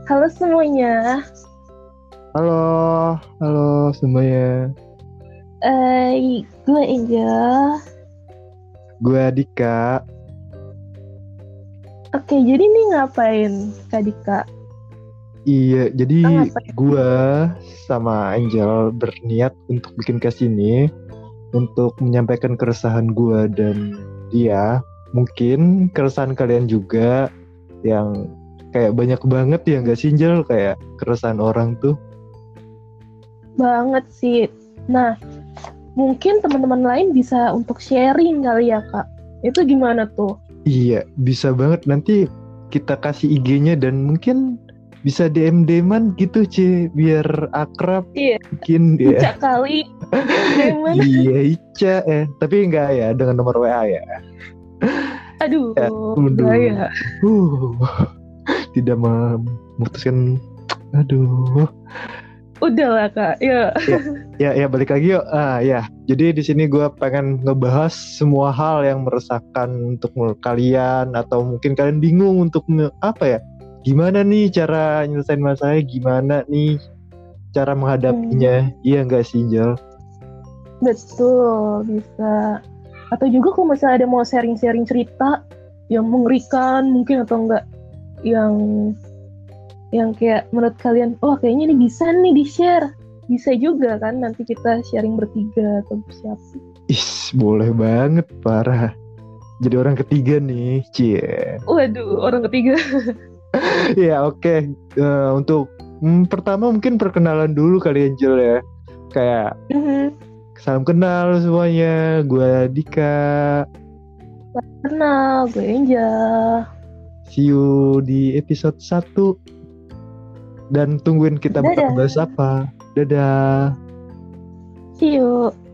Halo semuanya, Halo, halo semuanya. gue Angel. Gue Dika. Oke, jadi nih ngapain Kak Dika? Iya, Kita jadi ngapain? gue sama Angel berniat untuk bikin cast ini untuk menyampaikan keresahan gue dan dia. Mungkin keresahan kalian juga yang kayak banyak banget ya nggak sih Angel? Kayak keresahan orang tuh. Banget sih. Nah, mungkin teman-teman lain bisa untuk sharing kali ya Kak. Itu gimana tuh? Iya, bisa banget. Nanti kita kasih IG-nya dan mungkin bisa DM-DM-an gitu, biar akrab. Iya, Mungkin Ica ya. kali, DM-DM-an. Iya, Ica tapi enggak ya dengan nomor WA ya. Ya, Aduh, aduh. bahaya. Tidak memutuskan. Aduh. Udah lah Kak, ya. Ya, ya balik lagi yuk. Ya. Jadi di sini gue pengen ngebahas semua hal yang meresahkan untuk kalian atau mungkin kalian bingung untuk apa ya? Gimana nih cara nyelesain masalahnya? Gimana nih cara Hmm, menghadapinya? Iya enggak sih, Jel? betul, bisa. Atau juga kalau misalnya ada mau sharing-sharing cerita yang mengerikan mungkin atau enggak yang kayak menurut kalian, oh kayaknya ini bisa nih di-share. Bisa juga kan nanti kita sharing bertiga atau bersiapa. Boleh banget, parah. Jadi orang ketiga nih, cie. Waduh, orang ketiga. Ya oke. Untuk pertama mungkin perkenalan dulu kali Angel ya. Kayak Mhm. salam kenal semuanya. Gue Dika. Kenal, gue Angel. See you di episode 1. Dan tungguin kita bakal Dadah. bahas apa. Dadah. See you.